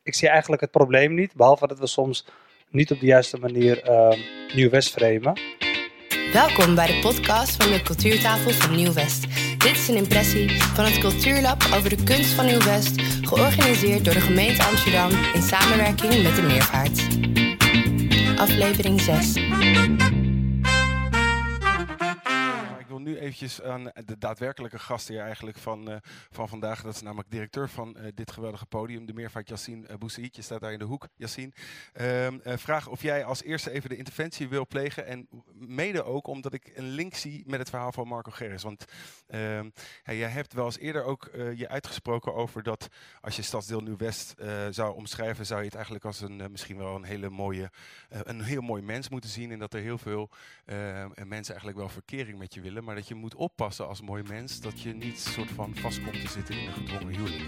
ik zie eigenlijk het probleem niet, behalve dat we soms niet op de juiste manier Nieuw-West framen. Welkom bij de podcast van de Cultuurtafel van Nieuw-West. Dit is een impressie van het Cultuurlab over de kunst van Nieuw-West, georganiseerd door de gemeente Amsterdam in samenwerking met de Meervaart. Aflevering 6. Ik wil nu eventjes aan de daadwerkelijke gast hier eigenlijk van vandaag. Dat is namelijk directeur van dit geweldige podium, de Meervaart, Yassine Boussaïd. Je staat daar in de hoek, Yassine. Vraag of jij als eerste even de interventie wil plegen. En mede ook omdat ik een link zie met het verhaal van Marco Gerrits. Want jij hebt wel eens eerder ook je uitgesproken over dat als je stadsdeel Nieuw-West zou omschrijven, zou je het eigenlijk als misschien wel een heel mooi mens moeten zien. En dat er heel veel mensen eigenlijk wel verkering met je willen. Maar dat je moet oppassen als mooi mens dat je niet soort van vast komt te zitten in een gedwongen huwelijk.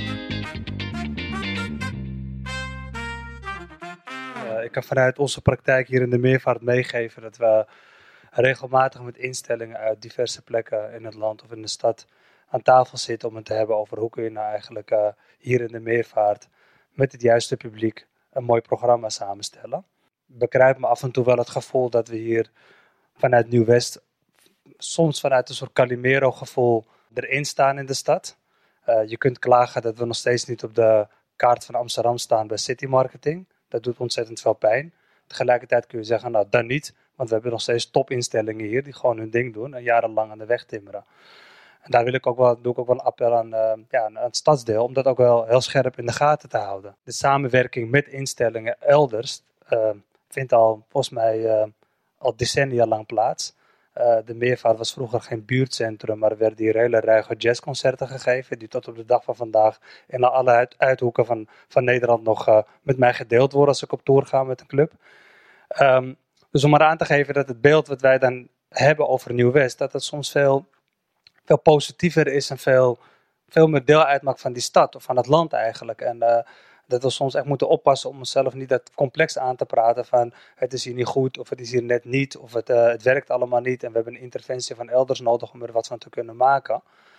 Ik kan vanuit onze praktijk hier in de Meervaart meegeven dat we regelmatig met instellingen uit diverse plekken in het land of in de stad aan tafel zitten om het te hebben over hoe kun je nou eigenlijk hier in de Meervaart met het juiste publiek een mooi programma samenstellen. Bekruipt me af en toe wel het gevoel dat we hier vanuit Nieuw-West soms vanuit een soort Calimero-gevoel erin staan in de stad. Je kunt klagen dat we nog steeds niet op de kaart van Amsterdam staan bij city marketing. Dat doet ontzettend veel pijn. Tegelijkertijd kun je zeggen, nou dan niet, want we hebben nog steeds topinstellingen hier die gewoon hun ding doen en jarenlang aan de weg timmeren. En daar doe ik ook wel een appel aan het stadsdeel om dat ook wel heel scherp in de gaten te houden. De samenwerking met instellingen elders vindt al volgens mij al decennia lang plaats. De Meervaart was vroeger geen buurtcentrum, maar er werden hier hele ruige jazzconcerten gegeven, die tot op de dag van vandaag in alle uithoeken van Nederland nog met mij gedeeld worden als ik op tour ga met een club. Dus om maar aan te geven dat het beeld wat wij dan hebben over Nieuw-West, dat het soms veel positiever is en veel meer deel uitmaakt van die stad of van het land eigenlijk. En dat we soms echt moeten oppassen om onszelf niet dat complex aan te praten van het is hier niet goed of het is hier net niet of het werkt allemaal niet en we hebben een interventie van elders nodig om er wat van te kunnen maken.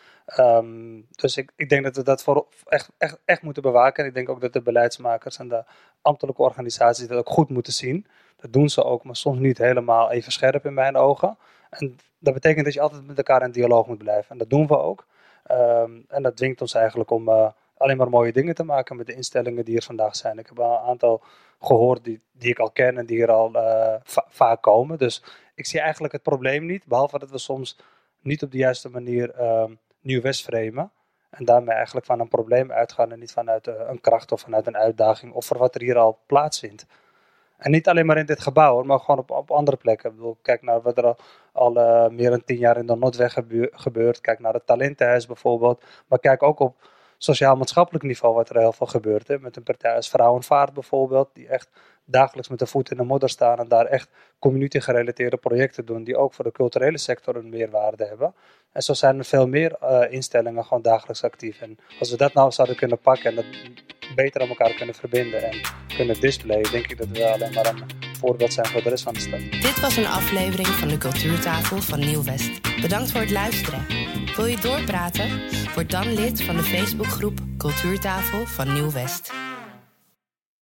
Dus ik denk dat we dat echt moeten bewaken. En ik denk ook dat de beleidsmakers en de ambtelijke organisaties dat ook goed moeten zien. Dat doen ze ook, maar soms niet helemaal even scherp in mijn ogen. En dat betekent dat je altijd met elkaar in dialoog moet blijven. En dat doen we ook. En dat dwingt ons eigenlijk om alleen maar mooie dingen te maken met de instellingen die hier vandaag zijn. Ik heb al een aantal gehoord die ik al ken en die hier al vaak komen. Dus ik zie eigenlijk het probleem niet, behalve dat we soms niet op de juiste manier Nieuw-West framen. En daarmee eigenlijk van een probleem uitgaan en niet vanuit een kracht of vanuit een uitdaging of voor wat er hier al plaatsvindt. En niet alleen maar in dit gebouw, maar gewoon op andere plekken. Ik bedoel, kijk naar wat er al meer dan 10 jaar in de Noordweg gebeurt. Kijk naar het Talentenhuis bijvoorbeeld. Maar kijk ook op sociaal-maatschappelijk niveau wat er heel veel gebeurt. Hè? Met een partij als Vrouwenvaart bijvoorbeeld, die echt dagelijks met de voet in de modder staan en daar echt community-gerelateerde projecten doen die ook voor de culturele sector een meerwaarde hebben. En zo zijn er veel meer instellingen gewoon dagelijks actief. En als we dat nou zouden kunnen pakken en dat beter aan elkaar kunnen verbinden en kunnen displayen, denk ik dat we alleen maar een voorbeeld zijn voor de rest van de stad. Dit was een aflevering van de Cultuurtafel van Nieuw-West. Bedankt voor het luisteren. Wil je doorpraten? Word dan lid van de Facebookgroep Cultuurtafel van Nieuw-West.